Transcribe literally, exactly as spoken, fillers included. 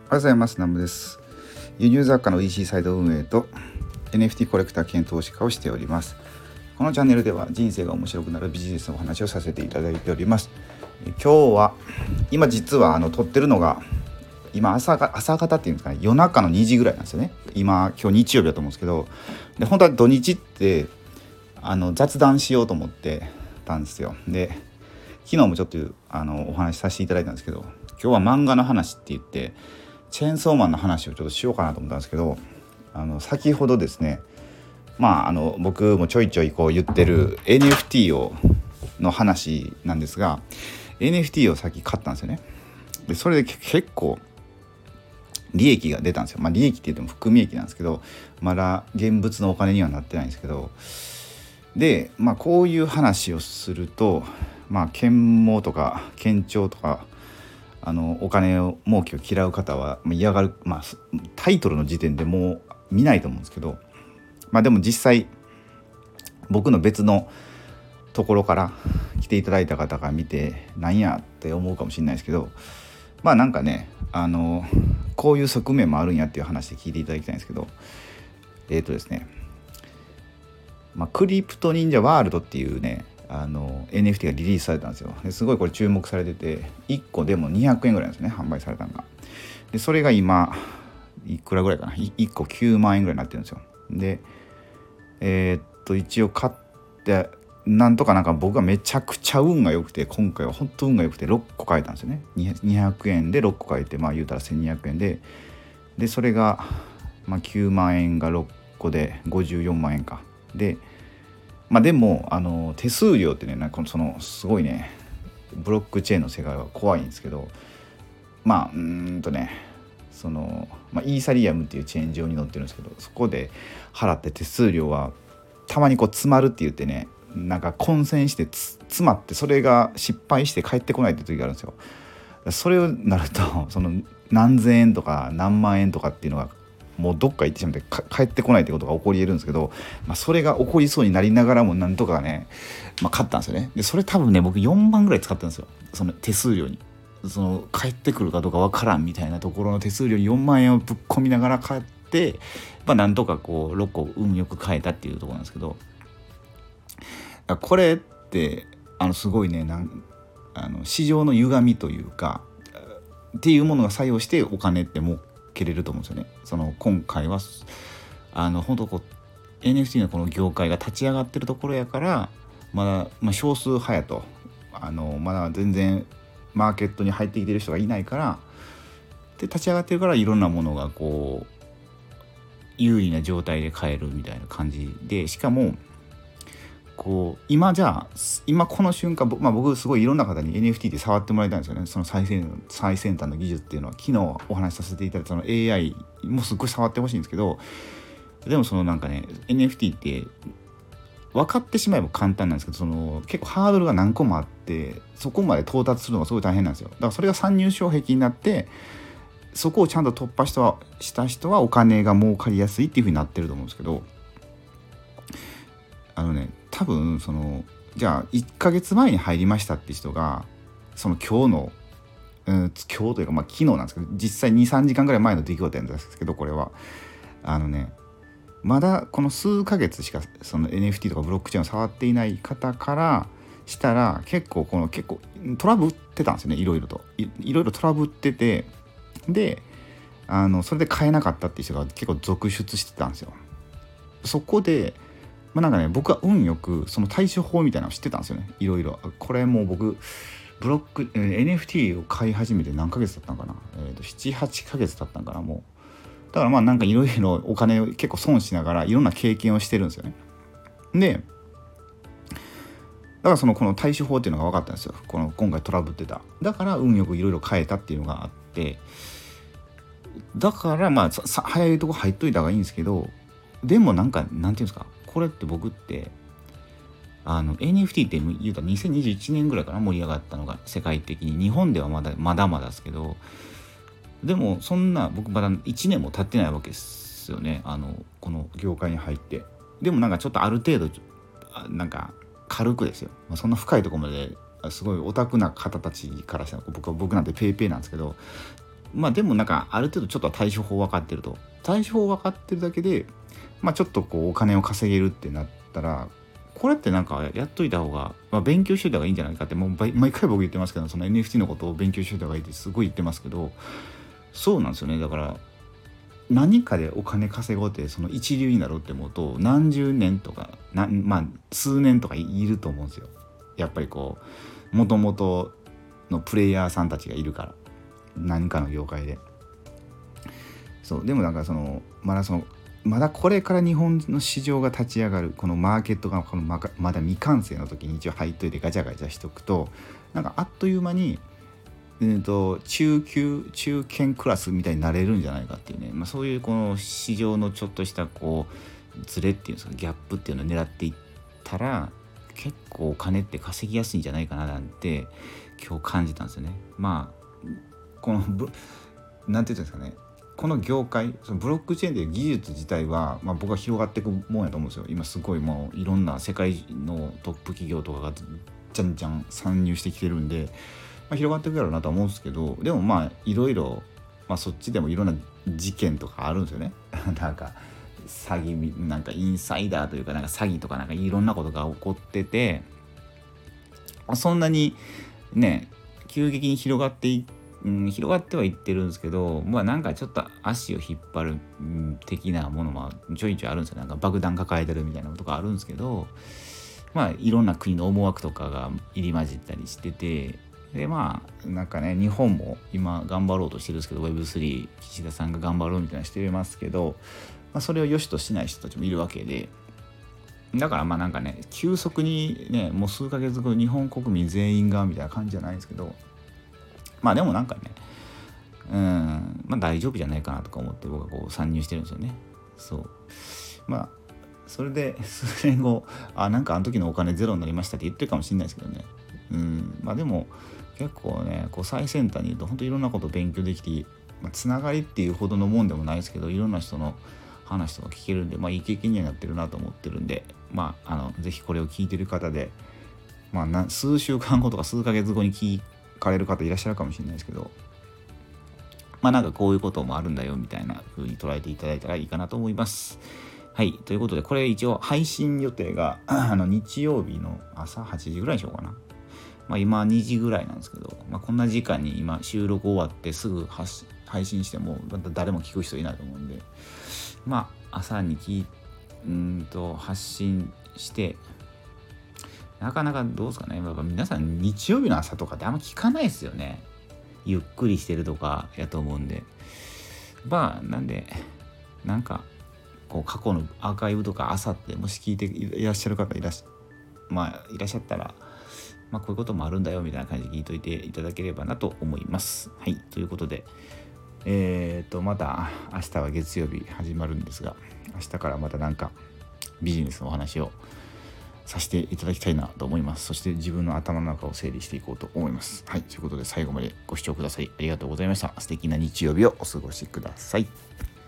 おはようございます。ナムです。輸入雑貨の イーシー サイト運営と エヌエフティー コレクター兼投資家をしております。このチャンネルでは人生が面白くなるビジネスのお話をさせていただいております。今日は今実はあの撮ってるのが今 朝, が朝方っていうんですかね、夜中のにじぐらいなんですよね。今今日日曜日だと思うんですけど、で本当は土日ってあの雑談しようと思ってたんですよ。で昨日もちょっとあのお話しさせていただいたんですけど、今日は漫画の話って言ってチェーンソーマンの話をちょっとしようかなと思ったんですけど、あの先ほどですね、まああの僕もちょいちょいこう言ってる エヌエフティー をの話なんですが、 エヌエフティー を先買ったんですよね。でそれで結構利益が出たんですよ。まあ利益って言っても含み益なんですけど、まだ現物のお金にはなってないんですけど、でまあこういう話をすると、まあ剣謀とか堅調とかあのお金を儲けを嫌う方は嫌がる、まあ、タイトルの時点でもう見ないと思うんですけど、まあでも実際僕の別のところから来ていただいた方が見てなんやって思うかもしれないですけど、まあなんかね、あのこういう側面もあるんやっていう話で聞いていただきたいんですけど、えっとですね、まあ、クリプト忍者ワールドっていうね、あの エヌエフティー がリリースされたんですよ。ですごいこれ注目されてて、いっこでもにひゃくえんぐらいなんですよね、販売されたのが。でそれが今いくらぐらいかな、いっこきゅうまんえんぐらいになってるんですよ。でえー、っと一応買ってなんとかなんか僕はめちゃくちゃ運が良くて、今回は本当運が良くてろっこ買えたんですよね。にひゃくえんでろっこ買えて、まあ言うたらせんにひゃくえんで、でそれが、まあ、きゅうまんえんがろっこでごじゅうよんまんえんかで、まあでもあの手数料ってね、なんかそのすごいね、ブロックチェーンの世界は怖いんですけど、まあうーんとねその、まあ、イーサリアムっていうチェーン上に載ってるんですけど、そこで払って手数料はたまにこう詰まるって言ってね、なんか混戦してつ詰まってそれが失敗して帰ってこないって時があるんですよ。それをなるとその何千円とか何万円とかっていうのがもうどっか行ってしまって帰ってこないってことが起こり得るんですけど、まあ、それが起こりそうになりながらもなんとかね、まあ、買ったんですよね。でそれ多分ね僕よんまんぐらい使ったんですよ、その手数料に。その帰ってくるかどうかわからんみたいなところの手数料によんまんえんをぶっ込みながら買って、まあ、なんとかこうろっこ運よく買えたっていうところなんですけど、これってあのすごいね、なんあの市場の歪みというかっていうものが作用してお金って儲けれると思うんですよね。その今回はあの本当こう エヌエフティー のこの業界が立ち上がってるところやから、まだ、まあ、少数派やと、あのまだ全然マーケットに入ってきてる人がいないから、で立ち上がってるからいろんなものがこう有利な状態で買えるみたいな感じで、しかもこう今じゃあ今この瞬間、まあ、僕すごいいろんな方に エヌエフティー で触ってもらいたいんですよね。その最先最先端の技術っていうのは昨日お話しさせていただいたその エーアイ もすっごい触ってほしいんですけど、でもそのなんかね エヌエフティー って分かってしまえば簡単なんですけど、その結構ハードルが何個もあってそこまで到達するのがすごい大変なんですよ。だからそれが参入障壁になって、そこをちゃんと突破したした人はお金が儲かりやすいっていう風になってると思うんですけど、あのね多分そのじゃあいっかげつまえに入りましたって人がその今日の、うん、今日というかまあ昨日なんですけど、実際 にさんじかんぐらい前の出来事なんですけど、これはあのねまだこの数ヶ月しかその エヌエフティー とかブロックチェーンを触っていない方からしたら結構この結構トラブってたんですよね。いろいろと い, いろいろトラブってて、であのそれで買えなかったっていう人が結構続出してたんですよ。そこでまあなんかね、僕は運よくその対処法みたいなのを知ってたんですよね。いろいろこれもう僕ブロック エヌエフティー を買い始めて何ヶ月だったのかな、えー、とななはちかげつ経ったんかな。もうだからまあなんかいろいろお金を結構損しながらいろんな経験をしてるんですよね。でだからそのこの対処法っていうのが分かったんですよ。この今回トラブってた、だから運よくいろいろ変えたっていうのがあって、だからまあさ早いとこ入っといた方がいいんですけど、でもなんかなんていうんですか、これって僕ってあの エヌエフティー って言うたらにせんにじゅういちねんぐらいかな、盛り上がったのが世界的に。日本ではまだまだまだですけど、でもそんな僕まだいちねんも経ってないわけですよね、あのこの業界に入って。でもなんかちょっとある程度なんか軽くですよ、まあ、そんな深いところまですごいオタクな方たちからしたら僕は僕なんてペーペーなんですけど、 まあでもなんかある程度ちょっとは対処法分かってると対処法分かってるだけでまあちょっとこうお金を稼げるってなったらこれってなんかやっといた方が、まあ、勉強しといた方がいいんじゃないかってもう毎回僕言ってますけどその エヌエフティー のことを勉強しといた方がいいってすごい言ってますけどそうなんですよね。だから何かでお金稼ごうってその一流になろうって思うと何十年とかなまあ数年とかいると思うんですよ。やっぱりこう元々のプレイヤーさんたちがいるから何かの業界でそうでもなんかそのまだそのまだこれから日本の市場が立ち上がるこのマーケットがこのままだ未完成の時に一応入っといてガチャガチャしとくとなんかあっという間に、えー、と中級中堅クラスみたいになれるんじゃないかっていうね、まあ、そういうこの市場のちょっとしたこうズレっていうんですかギャップっていうのを狙っていったら結構お金って稼ぎやすいんじゃないかななんて今日感じたんですよね。まあこのブなんていうんですかねこの業界そのブロックチェーンという技術自体は、まあ、僕は広がっていくもんやと思うんですよ。今すごいもういろんな世界のトップ企業とかがじゃんじゃん参入してきてるんで、まあ、広がっていくやろうなとは思うんですけどでもまあいろいろ、まあ、そっちでもいろんな事件とかあるんですよねなんか詐欺なんかインサイダーというかなんか詐欺とかなんかいろんなことが起こっててそんなにね急激に広がっていってうん、広がってはいってるんですけどまあなんかちょっと足を引っ張る、うん、的なものもちょいちょいあるんですよ。なんか爆弾抱えてるみたいなことがあるんですけどまあいろんな国の思惑とかが入り混じったりしててでまあなんかね日本も今頑張ろうとしてるんですけど ウェブスリー 岸田さんが頑張ろうみたいなしてますけど、まあ、それを良しとしない人たちもいるわけでだからまあなんかね急速にねもう数ヶ月後日本国民全員がみたいな感じじゃないんですけどまあでもなんかねうんまあ大丈夫じゃないかなとか思って僕はこう参入してるんですよね。そうまあそれで数年後あなんかあの時のお金ゼロになりましたって言ってるかもしれないですけどねうんまあでも結構ねこう最先端にいると本当にいろんなことを勉強できて、まあ、つながりっていうほどのもんでもないですけどいろんな人の話とか聞けるんでまあいい経験にはなってるなと思ってるんでまああのぜひこれを聞いてる方でまあ数週間後とか数ヶ月後に聞いかれる方いらっしゃるかもしれないですけどまあなんかこういうこともあるんだよみたいな風に捉えていただいたらいいかなと思います。はいということでこれ一応配信予定があの日曜日の朝はちじぐらいにしようかな。まあ今にじぐらいなんですけど、まあ、こんな時間に今収録終わってすぐ配信しても誰も聞く人いないと思うんでまあ朝にきうんと発信してなかなかどうですかねやっぱ皆さん日曜日の朝とかってあんま聞かないですよね。ゆっくりしてるとかやと思うんでまあなんでなんかこう過去のアーカイブとか朝ってもし聞いていらっしゃる方いらっしゃまあいらっしゃったらまあこういうこともあるんだよみたいな感じで聞いといていただければなと思います。はいということでえーとまた明日は月曜日始まるんですが明日からまたなんかビジネスのお話をさせていただきたいなと思います。そして自分の頭の中を整理していこうと思います。はいということで最後までご視聴くださいありがとうございました。素敵な日曜日をお過ごしください。